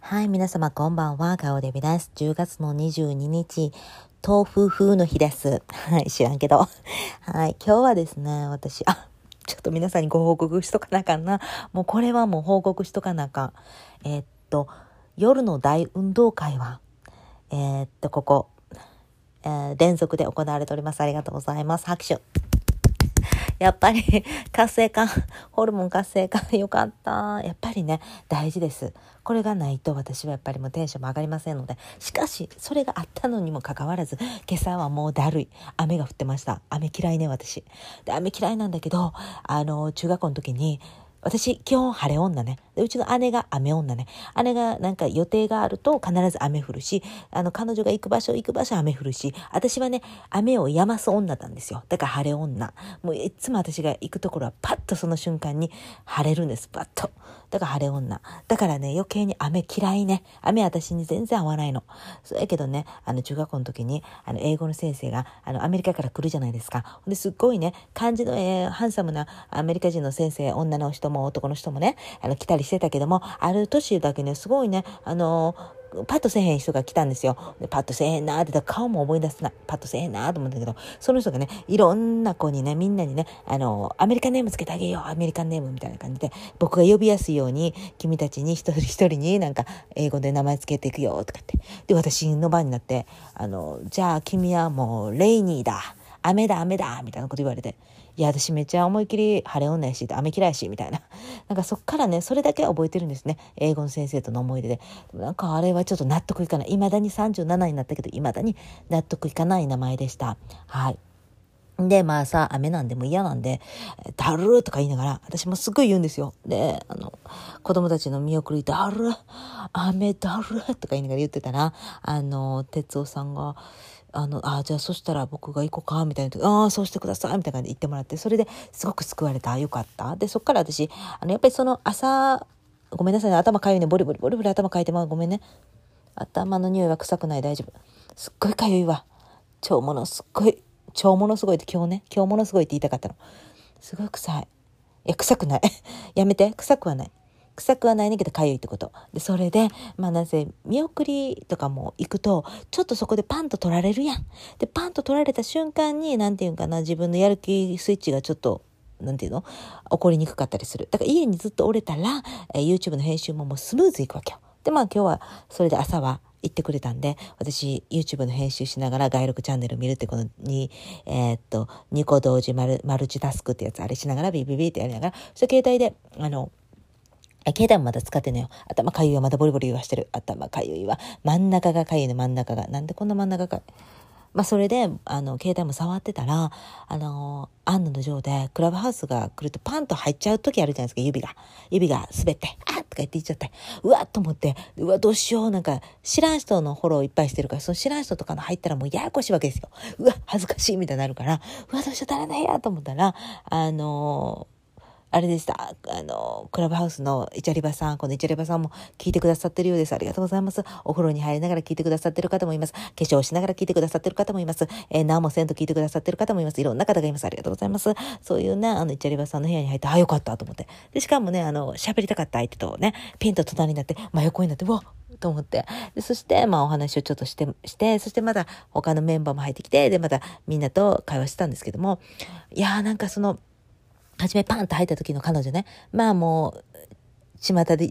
はい、皆様こんばんは、かおでびです。10月の22日、豆腐風の日です。はい、知らんけど。はい、今日はですね、私、ちょっと皆さんにご報告しとかなあかんな。もうこれはもう報告しとかなあかん。夜の大運動会は、ここ、連続で行われております。ありがとうございます。拍手。やっぱり活性化、ホルモン活性化、よかった。やっぱりね、大事です。これがないと私はやっぱりもうテンションも上がりませんので。しかし、それがあったのにもかかわらず、今朝はもうだるい。雨が降ってました。雨嫌いね、私。で、雨嫌いなんだけど、中学校の時に、私、基本晴れ女ね。で、うちの姉が雨女ね。姉がなんか予定があると必ず雨降るし、彼女が行く場所雨降るし、私はね、雨を止ます女なんですよ。だから晴れ女。もういつも私が行くところはパッとその瞬間に晴れるんです。パッと。だから晴れ女。だからね、余計に雨嫌いね。雨私に全然合わないの。そうやけどね、中学校の時に、英語の先生が、アメリカから来るじゃないですか。ですっごいね、感じの、ハンサムなアメリカ人の先生、女の人も男の人もね、来たりしてたけども、ある年だけね、すごいね、パッとせえへん人が来たんですよ。でパッとせえへんなーって顔も思い出すな。パッとせえへんなーと思ったけど、その人がね、いろんな子にね、みんなにね、アメリカンネームつけてあげよう、アメリカンネームみたいな感じで、僕が呼びやすいように、君たちに一人一人になんか英語で名前つけていくよとかって。で、私の番になって、じゃあ君はもうレイニーだ。雨だみたいなこと言われて、いや私めっちゃ思いっきり晴れ女やし雨嫌いしみたいな、なんかそっからねそれだけは覚えてるんですね、英語の先生との思い出で。でもなんかあれはちょっと納得いかない、未だに37になったけど未だに納得いかない名前でした。はい。で、まあさ、雨なんでも嫌なんで、だるーとか言いながら、私もすごい言うんですよ。で、子供たちの見送り、だるー、雨だるーとか言いながら言ってたら、哲夫さんが、じゃあそしたら僕が行こうか、みたいな、そうしてください、みたいな感じで言ってもらって、それですごく救われた。よかった。で、そっから私、やっぱりその朝、ごめんなさいね、頭かゆいね、ボリボリ頭かいてまう。ごめんね。頭の匂いは臭くない、大丈夫。すっごいかゆいわ。超ものすごいって今日ものすごいって言いたかったの。すごい臭い。いや、臭くない。やめて。臭くはない。臭くはないねんけど、かゆいってこと。で、それで、なぜ、見送りとかも行くと、ちょっとそこでパンと取られるやん。で、パンと取られた瞬間に、なんていうんかな、自分のやる気スイッチがちょっと、なんていうの起こりにくかったりする。だから家にずっとおれたら、YouTube の編集ももうスムーズいくわけよ。で、今日は、それで朝は、言ってくれたんで、私 YouTube の編集しながら外録チャンネル見るってこのに、2個同時マルチタスクってやつあれしながらビビビってやりながら、そ携帯で、携帯もまだ使ってんのよ。頭かゆいはまだボリボリ言わしてる。頭かゆいは。真ん中がかゆいの、真ん中が。なんでこんな真ん中か。それで、携帯も触ってたら、アンナの上で、クラブハウスが来るとパンと入っちゃう時あるじゃないですか、指が滑って、とか言って言っちゃって、うわっと思って、うわ、どうしよう、なんか、知らん人のフォローいっぱいしてるから、その知らん人とかの入ったらもうややこしいわけですよ。うわ、恥ずかしいみたいになるから、うわ、どうしよう、足らないやと思ったら、あれでした。クラブハウスのイチャリバさん、このイチャリバさんも聞いてくださってるようです。ありがとうございます。お風呂に入りながら聞いてくださってる方もいます。化粧しながら聞いてくださってる方もいます。何もせんと聞いてくださってる方もいます。いろんな方がいます。ありがとうございます。そういうね、イチャリバさんの部屋に入って、よかったと思って。で、しかもね、喋りたかった相手とね、ピンと隣になって、真横になって、うわと思って。で、そして、お話をちょっとして、そしてまた他のメンバーも入ってきて、で、またみんなと会話してたんですけども、いやーなんか初めパンと入った時の彼女ね。もう、巷で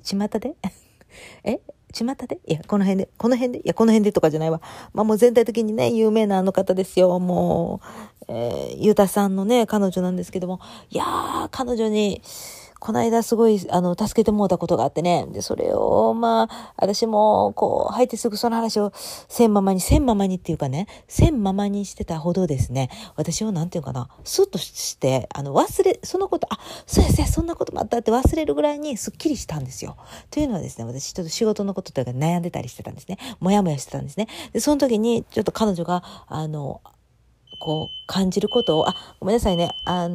巷でいや、この辺でとかじゃないわ。もう全体的にね、有名なあの方ですよ。もう、ゆうたさんのね、彼女なんですけども。いやー、彼女に、この間すごい、助けてもらったことがあってね。で、それを、私も、入ってすぐその話を、せんままにっていうかね、せんままにしてたほどですね、私をなんていうかな、スッとして、そのこと、そうやそうや、そんなこともあったって忘れるぐらいにスッキリしたんですよ。というのはですね、私ちょっと仕事のこととか悩んでたりしてたんですね。もやもやしてたんですね。で、その時に、ちょっと彼女が、感じることを、ごめんなさいね、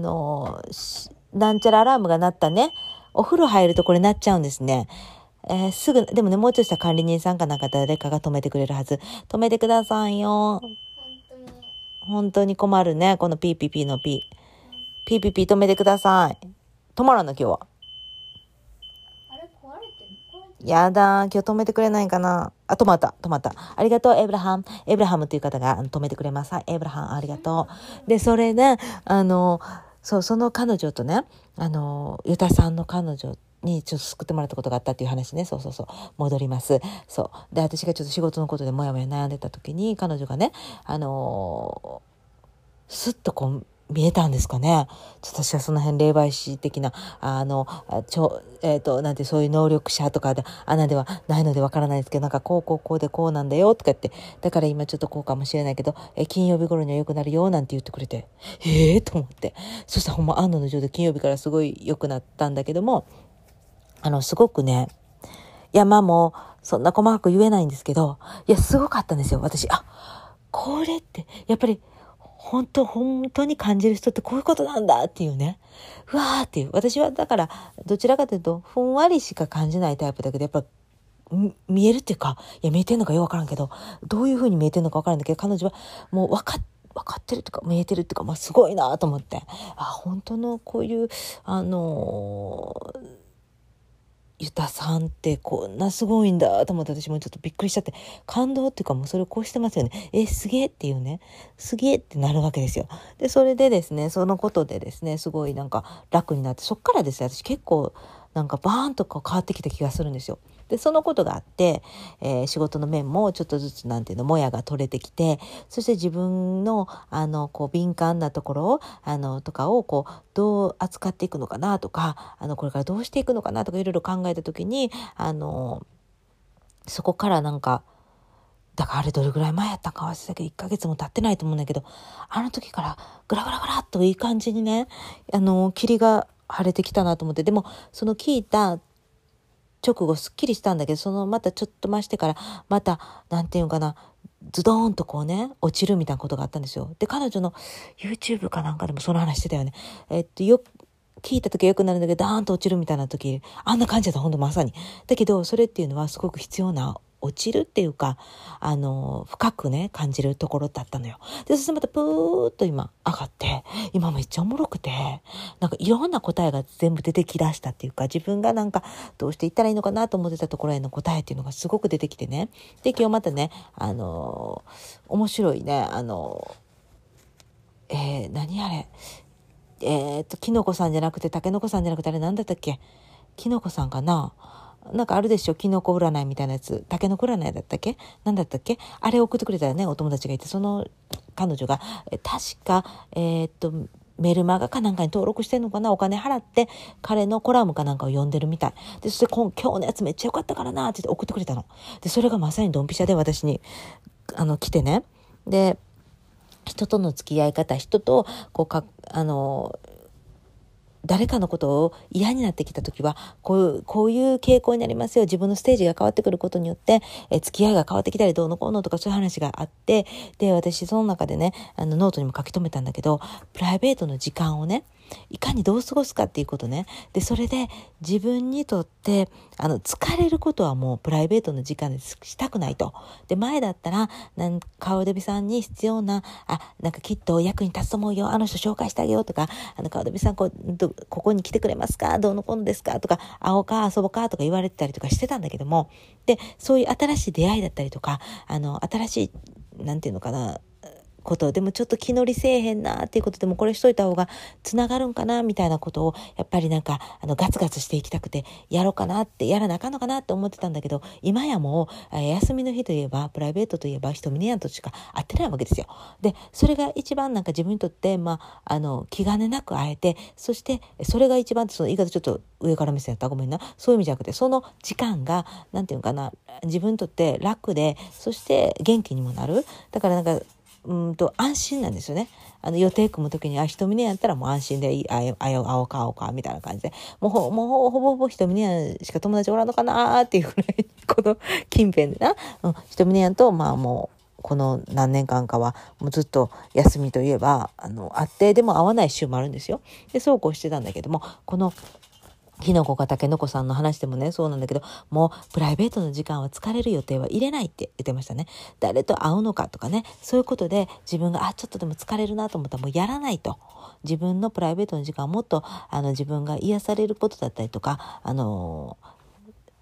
なんちゃらアラームが鳴ったね。お風呂入るとこれ鳴っちゃうんですね。すぐ、でもね、もうちょっとした管理人さんかなんか誰かが止めてくれるはず。止めてくださいよ。本当に困るね。このピーピーピーのピー。ピーピーピー止めてください。止まらんの今日は。 あれ壊れてやだ、今日止めてくれないかな。あ、止まった。ありがとう、エブラハム。エブラハムという方が止めてくれます。はい、エブラハム、ありがとう。で、それで、その彼女とね、ユタさんの彼女にちょっと救ってもらったことがあったっていう話ね。そう。戻ります。そう。で、私がちょっと仕事のことでもやもや悩んでた時に、彼女がね、スッとこう、見えたんですかね。ちょっと私はその辺霊媒師的な、なんてそういう能力者とかで、穴ではないのでわからないですけど、なんかこうでこうなんだよとか言って、だから今ちょっとこうかもしれないけど、金曜日頃には良くなるよなんて言ってくれて、と思って。そしたらほんま安野の状態金曜日からすごい良くなったんだけども、すごくね、いやまあもう、そんな細かく言えないんですけど、いやすごかったんですよ、私。これって、やっぱり、本当に感じる人ってこういうことなんだっていうね。うわーっていう。私はだから、どちらかというと、ふんわりしか感じないタイプだけど、やっぱ、見えるっていうか、いや見えてんのかよくわからんけど、どういう風に見えてんのかわからんだけど、彼女はもう分かってるっていうか、見えてるっていうか、すごいなと思って。本当のこういう、ユタさんってこんなすごいんだと思って私もちょっとびっくりしちゃって感動っていうかもうそれをこうしてますよね。すげえっていうね。すげえってなるわけですよ。で、それでですね、そのことでですね、すごいなんか楽になって、そっからですね、私結構なんかバーンとか変わってきた気がするんですよ。で、そのことがあって、仕事の面もちょっとずつなんていうの、もやが取れてきて、そして自分の、こう、敏感なところを、とかを、こう、どう扱っていくのかなとか、これからどうしていくのかなとかいろいろ考えたときに、そこからなんか、だからあれどれぐらい前やったか忘れたけど、1ヶ月も経ってないと思うんだけど、あの時からグラグラっといい感じにね、霧が晴れてきたなと思って、でも、その聞いた直後すっきりしたんだけど、そのまたちょっと増してからまたなんていうのかな、ズドーンとこうね落ちるみたいなことがあったんですよ。で、彼女の YouTube かなんかでもその話してたよね。聞いた時はよくなるんだけど、ダーンと落ちるみたいな時、あんな感じだった、ほんとまさに。だけどそれっていうのはすごく必要な、落ちるっていうか、深くね、感じるところだったのよ。で、そしてまたプーッと今上がって、今めっちゃおもろくて、なんかいろんな答えが全部出てきだしたっていうか、自分がなんかどうしていったらいいのかなと思ってたところへの答えっていうのがすごく出てきてね。で、今日またね、面白いね、何あれ、きのこさんじゃなくて、たけのこさんじゃなくて、あれなんだったっけ、きのこさんかな、なんかあるでしょ、きのこ占いみたいなやつ、たけのこ占いだったっけ、なんだったっけ、あれ送ってくれたらね、お友達がいて、その彼女が、確か、メルマガかなんかに登録してんのかな、お金払って彼のコラムかなんかを読んでるみたいで、そして今日のやつめっちゃ良かったからなって言って送ってくれたの。で、それがまさにドンピシャで私に来てね。で、人との付き合い方、人とこう誰かのことを嫌になってきたときは、こういう傾向になりますよ。自分のステージが変わってくることによって、付き合いが変わってきたりどうのこうのとかそういう話があって、で、私その中でね、ノートにも書き留めたんだけど、プライベートの時間をね、いかにどう過ごすかっていうことね。で、それで自分にとって、疲れることはもうプライベートの時間でしたくないと。で、前だったら、顔デビさんに必要な、なんかきっと役に立つと思うよ。あの人紹介してあげようとか、顔デビさんここに来てくれますか、どうのこうのですかとか、会おうか遊ぼうかとか言われてたりとかしてたんだけども、で、そういう新しい出会いだったりとか、新しい、なんていうのかな、ことでもちょっと気乗りせえへんなっていうことでもこれしといた方がつながるんかなみたいなことをやっぱりなんかガツガツしていきたくてやろうかなってやらなあかんのかなって思ってたんだけど、今やもう休みの日といえばプライベートといえば一峰やんとしか会ってないわけですよ。で、それが一番なんか自分にとって気兼ねなく会えて、そしてそれが一番、その言い方ちょっと上から目線やったらごめんな、そういう意味じゃなくて、その時間がなんていうのかな、自分にとって楽で、そして元気にもなる。だからなんか安心なんですよね。予定組むときに、一峰やったらもう安心でいい、会おうか、みたいな感じで。もうほぼほぼ一峰やしか友達おらんのかなーっていうぐらい、この近辺でな。一峰やんと、もう、この何年間かは、もうずっと休みといえば、あって、でも会わない週もあるんですよ。で、そうこうしてたんだけども、この、キノコかタケノコさんの話でもね、そうなんだけど、もうプライベートの時間は疲れる予定は入れないって言ってましたね。誰と会うのかとかね、そういうことで自分が、ちょっとでも疲れるなと思ったらもうやらないと。自分のプライベートの時間をもっと、自分が癒されることだったりとか、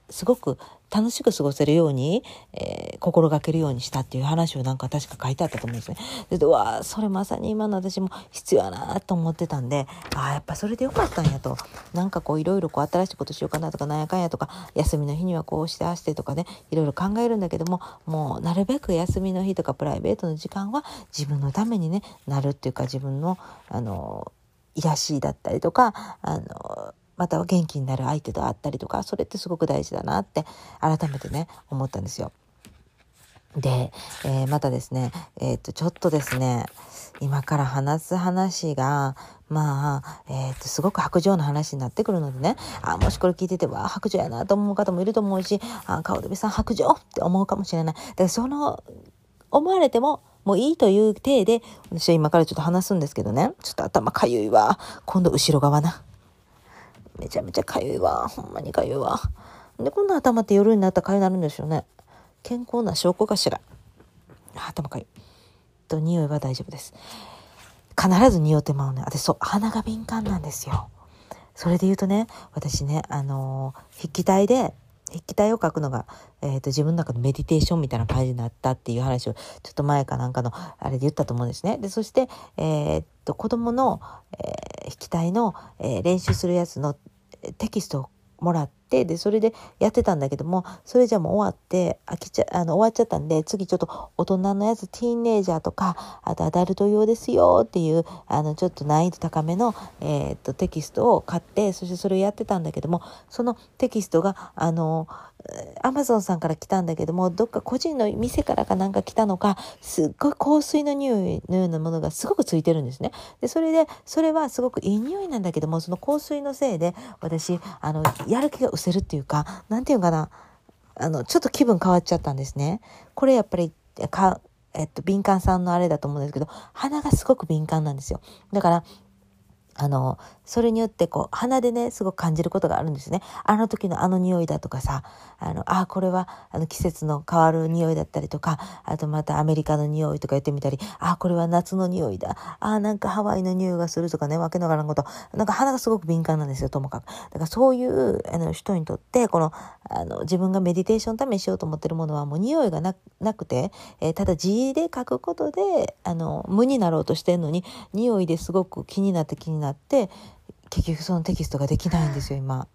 すごく楽しく過ごせるように、心がけるようにしたっていう話をなんか確か書いてあったと思うんですね。で、うわー、それまさに今の私も必要やなと思ってたんで、やっぱそれでよかったんやと。なんかこういろいろこう新しいことしようかなとか、なんやかんやとか、休みの日にはこうしてああしてとかね、いろいろ考えるんだけども、もうなるべく休みの日とかプライベートの時間は自分のためにね、なるっていうか、自分の癒しだったりとか、または元気になる相手と会ったりとか、それってすごく大事だなって改めてね思ったんですよ。で、またですね、ちょっとですね、今から話す話がすごく白状の話になってくるのでね、もしこれ聞いてて白状やなと思う方もいると思うし、顔デビさん白状って思うかもしれない。だからその思われてももういいという体で私は今からちょっと話すんですけどね、ちょっと頭かゆいわ。今度後ろ側な、めちゃめちゃかゆいわ。ほんまにかゆいわ。で、今度頭って夜になったらかゆくなるんでしょうね。健康な証拠かしら。頭かゆい。匂いは大丈夫です。必ず匂ってまうね。私鼻が敏感なんですよ。それで言うとね、私ね、筆記体を書くのが、自分の中のメディテーションみたいな感じになったっていう話をちょっと前かなんかのあれで言ったと思うんですね。で、そして、子供の、筆記体の、練習するやつのテキストをもらって、でそれでやってたんだけども、それじゃもう終わって終わっちゃったんで、次ちょっと大人のやつ、ティーンエイジャーとか、あとアダルト用ですよっていうちょっと難易度高めの、テキストを買って、そしてそれをやってたんだけども、そのテキストがアマゾンさんから来たんだけども、どっか個人の店からかなんか来たのか、すっごい香水の匂いのようなものがすごくついてるんですね。でそれはすごくいい匂いなんだけども、その香水のせいで私やる気が失せるっていうか、なんていうかな、ちょっと気分変わっちゃったんですね。これやっぱり敏感さんのあれだと思うんですけど、鼻がすごく敏感なんですよ。だからそれによって鼻でねすごく感じることがあるんですね。あの時の匂いだとかさ、これは季節の変わる匂いだったりとか、あとまたアメリカの匂いとか言ってみたり、これは夏の匂いだ、なんかハワイの匂いがするとかね、わけのわからんこと、なんか鼻がすごく敏感なんですよ、ともかく。だからそういう人にとって自分がメディテーションのためにしようと思ってるものはもう匂いがなくて、ただ字で書くことで無になろうとしてるのに、匂いですごく気になって結局そのテキストができないんですよ今。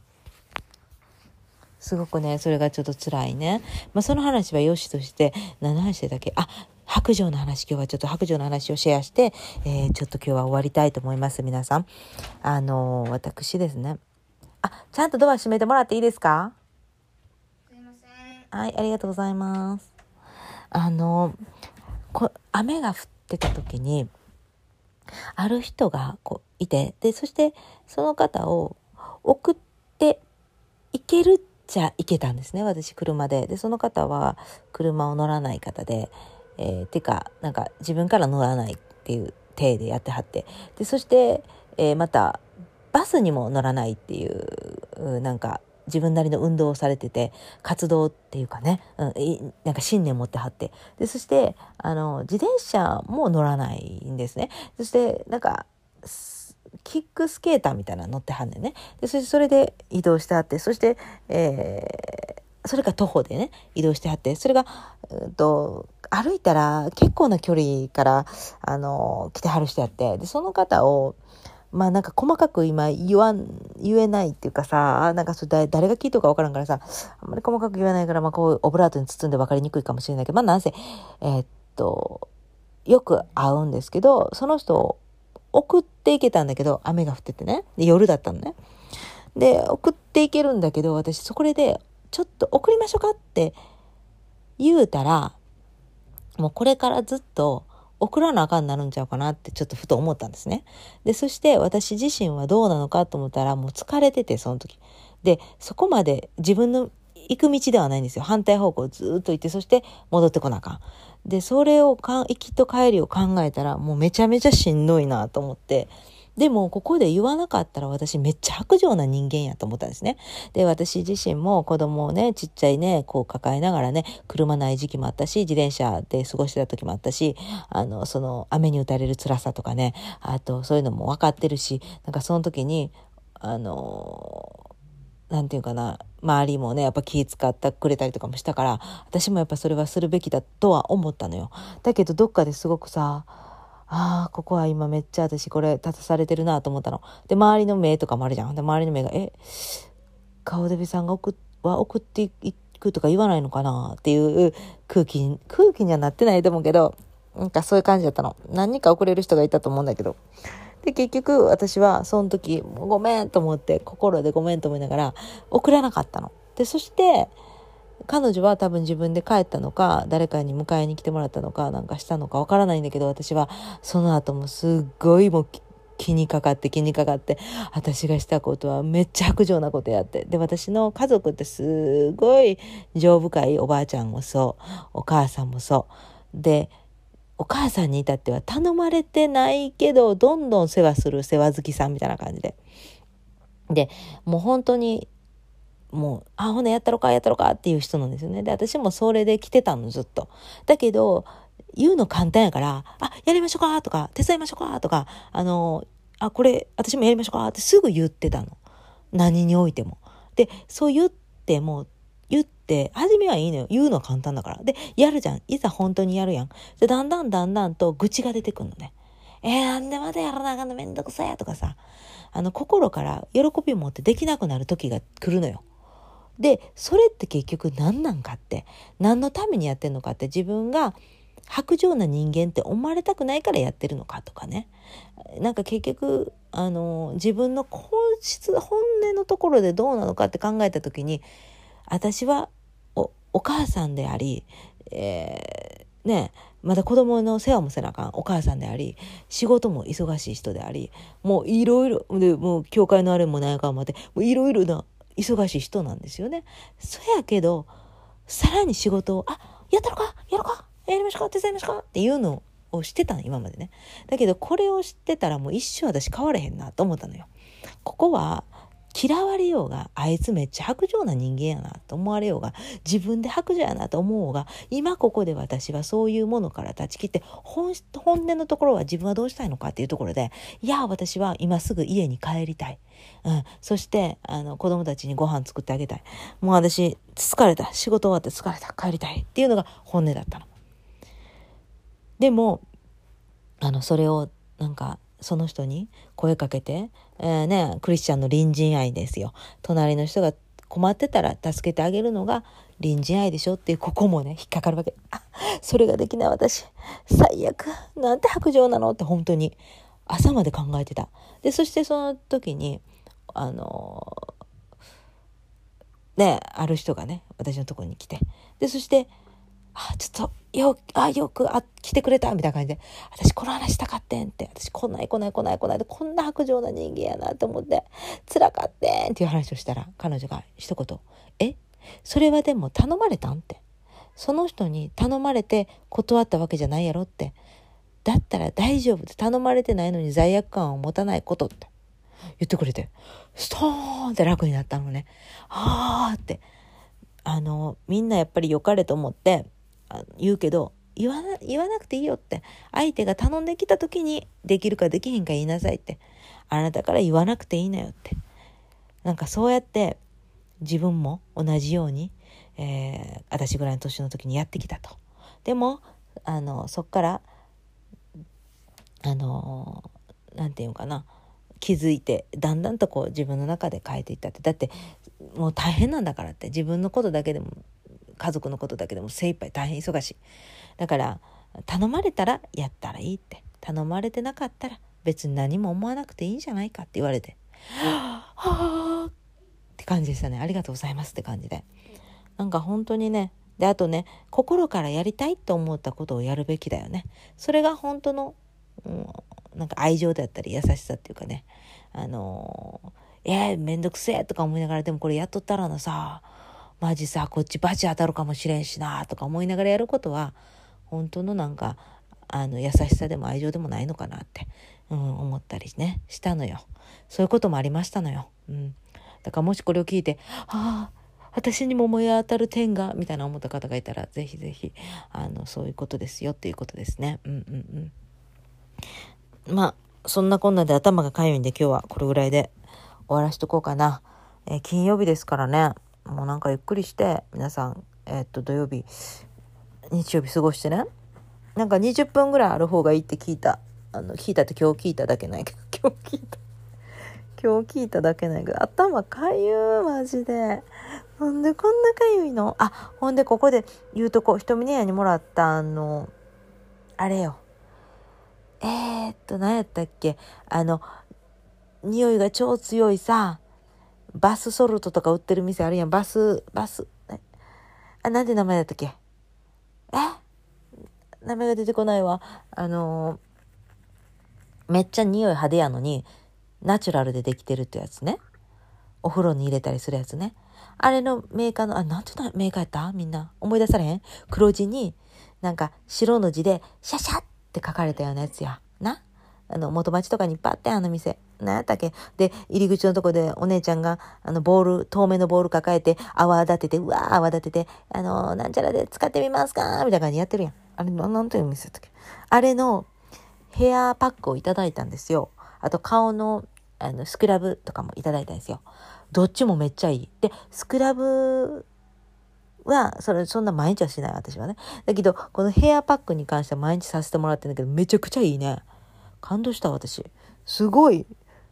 すごくねそれがちょっと辛いね。その話はよしとして、何の話してたっけ。白状の話、今日はちょっと白状の話をシェアして、ちょっと今日は終わりたいと思います。皆さん私ですね、ちゃんとドア閉めてもらっていいですか。 すいません。 はい、ありがとうございます。雨が降ってた時にある人がいて、でそしてその方を送っていけるっちゃいけたんですね、私車で。でその方は車を乗らない方で、てかなんか自分から乗らないっていう体でやってはって、でそして、またバスにも乗らないっていうなんか自分なりの運動をされてて、活動っていうかね、なんか信念を持ってはって、でそして自転車も乗らないんですね。そしてなんかキックスケーターみたいなの乗ってはんねんね。でそれで移動してはって、そして、それが徒歩でね移動してはって、それが歩いたら結構な距離から来てはる人やって、でその方をなんか細かく今言えないっていうかさ、なんか誰が聞いとるか分からんからさ、あんまり細かく言えないから、こうオブラートに包んで分かりにくいかもしれないけど、なんせよく会うんですけど、その人を送っていけたんだけど、雨が降っててね、で夜だったのね。で送っていけるんだけど、私そこでちょっと送りましょうかって言うたら、もうこれからずっと送らなあかんなるんちゃうかなってちょっとふと思ったんですね。でそして私自身はどうなのかと思ったら、もう疲れてて、その時でそこまで自分の行く道ではないんですよ。反対方向ずっと行って、そして戻ってこなあかん。でそれを行きと帰りを考えたら、もうめちゃめちゃしんどいなと思って、でもここで言わなかったら私めっちゃ薄情な人間やと思ったんですね。で私自身も子供をね、ちっちゃいね抱えながらね、車ない時期もあったし、自転車で過ごしてた時もあったし、その雨に打たれる辛さとかね、あとそういうのも分かってるし、なんかその時になんていうかな、 周りもねやっぱ気遣ってくれたりとかもしたから、私もやっぱそれはするべきだとは思ったのよ。だけどどっかですごくさ、ここは今めっちゃ私これ立たされてるなと思ったので、周りの目とかもあるじゃん。で周りの目が顔デビさんが送っていくとか言わないのかなっていう空気にはなってないと思うけど、なんかそういう感じだったの。何人か遅れる人がいたと思うんだけど、で結局私はその時もうごめんと思って、心でごめんと思いながら送らなかったの。でそして彼女は多分自分で帰ったのか、誰かに迎えに来てもらったのかなんかしたのかわからないんだけど、私はその後もすっごいもう気にかかって、私がしたことはめっちゃ薄情なことやって。で私の家族ってすごい情深い、おばあちゃんもそうお母さんもそうで、お母さんに至っては頼まれてないけどどんどん世話する世話好きさんみたいな感じでもう本当にもうほなやったろかっていう人なんですよね。で私もそれで来てたのずっと。だけど言うの簡単やから、やりましょうかとか手伝いましょうかとか、これ私もやりましょうかってすぐ言ってたの。何においても。でそう言って初めはいいのよ。言うのは簡単だから。でやるじゃん。いざ本当にやるやん。でだんだんと愚痴が出てくるのね。なんでまだやらなあかんのめんどくさやとかさ、心から喜びを持ってできなくなる時が来るのよ。でそれって結局何なんかって、何のためにやってんのかって、自分が薄情な人間って思われたくないからやってるのかとかね、なんか結局自分の本音のところでどうなのかって考えた時に、私はお母さんであり、まだ子供の世話もせなあかんお母さんであり、仕事も忙しい人であり、もういろいろで、もう教会のあれもないかもで、もういろいろな忙しい人なんですよね。そやけどさらに仕事をやったのかやりましょうか手伝いましょうかっていうのをしてたの今までね。だけどこれを知ってたらもう一生私変われへんなと思ったのよ。ここは嫌われようが、あいつめっちゃ薄情な人間やなと思われようが、自分で薄情やなと思おうが、今ここで私はそういうものから断ち切って、本音のところは自分はどうしたいのかっていうところで、私は今すぐ家に帰りたい。そして子供たちにご飯作ってあげたい。もう私疲れた、仕事終わって疲れた、帰りたいっていうのが本音だったの。でもそれをなんかその人に声かけて、クリスチャンの隣人愛ですよ。隣の人が困ってたら助けてあげるのが隣人愛でしょっていう、ここもね引っかかるわけ。それができない私最悪、なんて薄情なのって本当に朝まで考えてた。でそしてその時にある人がね私のところに来て、でそしてちょっとよく来てくれたみたいな感じで、私この話したかってんって、私来ないでこんな薄情な人間やなと思って辛かってんっていう話をしたら、彼女が一言、それはでも頼まれたんって、その人に頼まれて断ったわけじゃないやろって、だったら大丈夫って、頼まれてないのに罪悪感を持たないことって言ってくれて、ストーンって楽になったのね。ってみんなやっぱり良かれと思って言うけど、言わなくていいよって、相手が頼んできた時にできるかできへんか言いなさいって、あなたから言わなくていいのよって、なんかそうやって自分も同じように、私ぐらいの年の時にやってきたと。でもそっからなんていうのかな、気づいてだんだんとこう自分の中で変えていったって。だってもう大変なんだからって、自分のことだけでも家族のことだけでも精一杯大変忙しい。だから頼まれたらやったらいいって、頼まれてなかったら別に何も思わなくていいんじゃないかって言われて、って感じでしたね。ありがとうございますって感じで、なんか本当にね。であとね、心からやりたいと思ったことをやるべきだよね。それが本当の、なんか愛情だったり優しさっていうかね、めんどくせえとか思いながら、でもこれやっとったらなさ、マジさこっちバチ当たるかもしれんしなとか思いながらやることは本当のなんか優しさでも愛情でもないのかなって、思ったりねしたのよ。そういうこともありましたのよ。だからもしこれを聞いて私にも思い当たる点がみたいな思った方がいたら、ぜひぜひそういうことですよっていうことですね。まあそんなこんなで頭がかゆいんで、今日はこれぐらいで終わらしとこうかな。金曜日ですからね、 もうなんかゆっくりして皆さん、土曜日日曜日過ごしてね。なんか20分ぐらいある方がいいって聞いた。聞いたって今日聞いただけないけど今日聞いただけないけど頭かゆいマジで。なんでこんなかゆいの。ほんでここで言うとこ、ひとみねやにもらったあれよ。何やったっけ、匂いが超強いさ、バスソルトとか売ってる店あるやん。バス、なんで名前だったっけ。名前が出てこないわ。めっちゃ匂い派手やのに、ナチュラルでできてるってやつね。お風呂に入れたりするやつね。あれのメーカーの、なんてメーカーやったみんな。思い出されへん？黒字に、なんか白の字で、シャシャって書かれたようなやつや。な？元町とかにいっぱいあったやん、店。何やったっけ？で、入り口のとこでお姉ちゃんが、透明のボール抱えて、泡立てて、なんちゃらで使ってみますかみたいな感じでやってるやん。あれ、なんていう店だったっけ？あれのヘアパックをいただいたんですよ。あと顔の、スクラブとかもいただいたんですよ。どっちもめっちゃいい。で、スクラブは、そんな毎日はしない、私はね。だけど、このヘアパックに関しては毎日させてもらってるんだけど、めちゃくちゃいいね。感動した、私。すごい、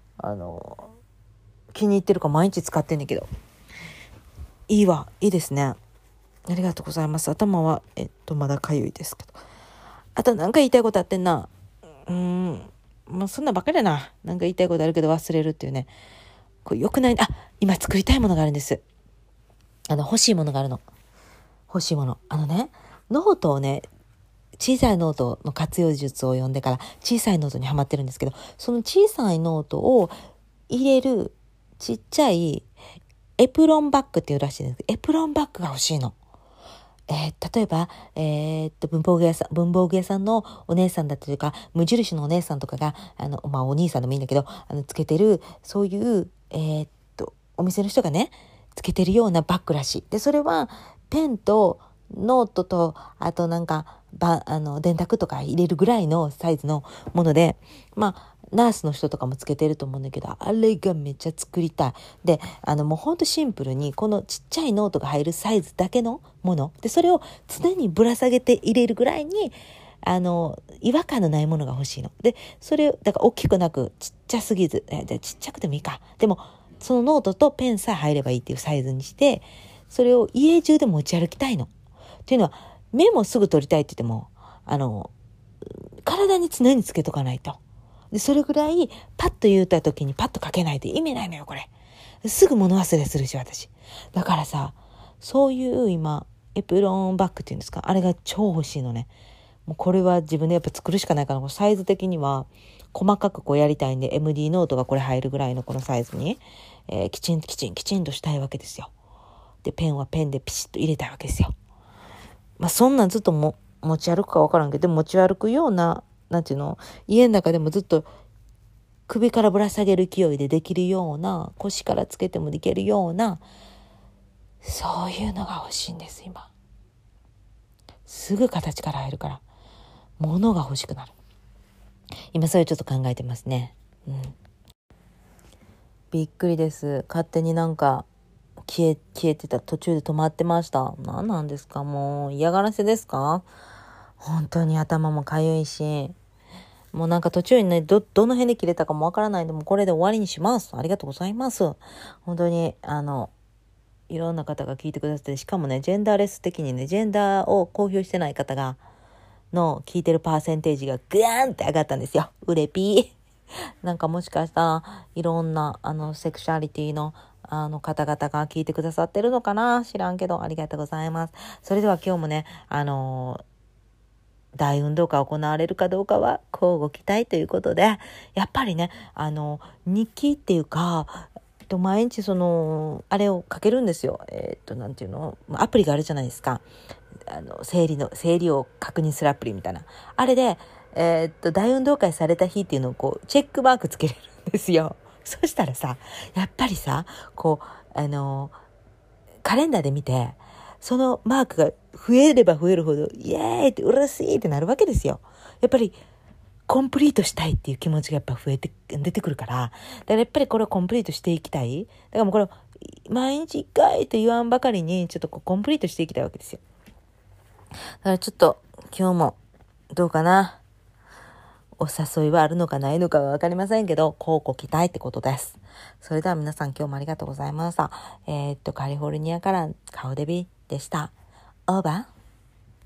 気に入ってるから毎日使ってんだけど。いいですね。ありがとうございます。頭は、まだかゆいですけど。あと、なんか言いたいことあってんな。もうそんなばっかりやな。なんか言いたいことあるけど忘れるっていうね。これ良くない。今作りたいものがあるんです。欲しいものがあるの。欲しいもの。ノートをね、小さいノートの活用術を読んでから小さいノートにはまってるんですけど、その小さいノートを入れるちっちゃいエプロンバッグっていうらしいんですけど、エプロンバッグが欲しいの。例えば、文房具屋さんのお姉さんだったりとか、無印のお姉さんとかが、お兄さんでもいいんだけど、つけてる、そういう、お店の人がね、つけてるようなバッグらしい。で、それは、ペンとノートと、あとなんか、電卓とか入れるぐらいのサイズのもので、ナースの人とかもつけてると思うんだけど、あれがめっちゃ作りたい。で、もうほんとシンプルに、このちっちゃいノートが入るサイズだけのもの。で、それを常にぶら下げて入れるぐらいに、違和感のないものが欲しいの。で、それを、だから大きくなく、ちっちゃすぎず、ちっちゃくてもいいか。でも、そのノートとペンさえ入ればいいっていうサイズにして、それを家中で持ち歩きたいの。っていうのは、目もすぐ取りたいって言っても、体に常につけとかないと。で、それぐらい、パッと言うた時にパッと書けないと意味ないのよ、これ。すぐ物忘れするし、私。だからさ、そういう今、エプロンバッグっていうんですか、あれが超欲しいのね。もうこれは自分でやっぱ作るしかないから、サイズ的には、細かくこうやりたいんで、MD ノートがこれ入るぐらいのこのサイズに、きちんとしたいわけですよ。で、ペンはペンでピシッと入れたいわけですよ。そんなんずっと持ち歩くか分からんけど、でも持ち歩くような、なんていうの、家の中でもずっと首からぶら下げる勢いでできるような、腰からつけてもできるような、そういうのが欲しいんです、今。すぐ形から入るから、物が欲しくなる。今それちょっと考えてますね。びっくりです。勝手になんか、消えてた、途中で止まってました。何なんですか、もう嫌がらせですか？本当に頭もかゆいし、もうなんか途中にね、どの辺で切れたかもわからないんで、もうこれで終わりにします。ありがとうございます。本当に、いろんな方が聞いてくださって、しかもね、ジェンダーレス的にね、ジェンダーを公表してない方の聞いてるパーセンテージがグーンって上がったんですよ。うれぴー。なんかもしかしたらいろんなセクシャリティの方々が聞いてくださってるのかな、知らんけど、ありがとうございます。それでは今日もね、大運動会行われるかどうかは乞うご期待ということで、やっぱりね、日記っていうか、毎日あれを書けるんですよ。なんていうの、アプリがあるじゃないですか。生理を確認するアプリみたいな。あれで、大運動会された日っていうのをこう、チェックマークつけれるんですよ。そしたらさ、やっぱりさ、こう、カレンダーで見て、そのマークが増えれば増えるほど、イエーイって嬉しいってなるわけですよ。やっぱり、コンプリートしたいっていう気持ちがやっぱ出てくるから、だからやっぱりこれをコンプリートしていきたい。だからもうこれを毎日1回と言わんばかりに、ちょっとコンプリートしていきたいわけですよ。だからちょっと、今日も、どうかな。お誘いはあるのかないのかはわかりませんけど、こうご期待ってことです。それでは皆さん今日もありがとうございました。カリフォルニアから顔デビでした。オーバー。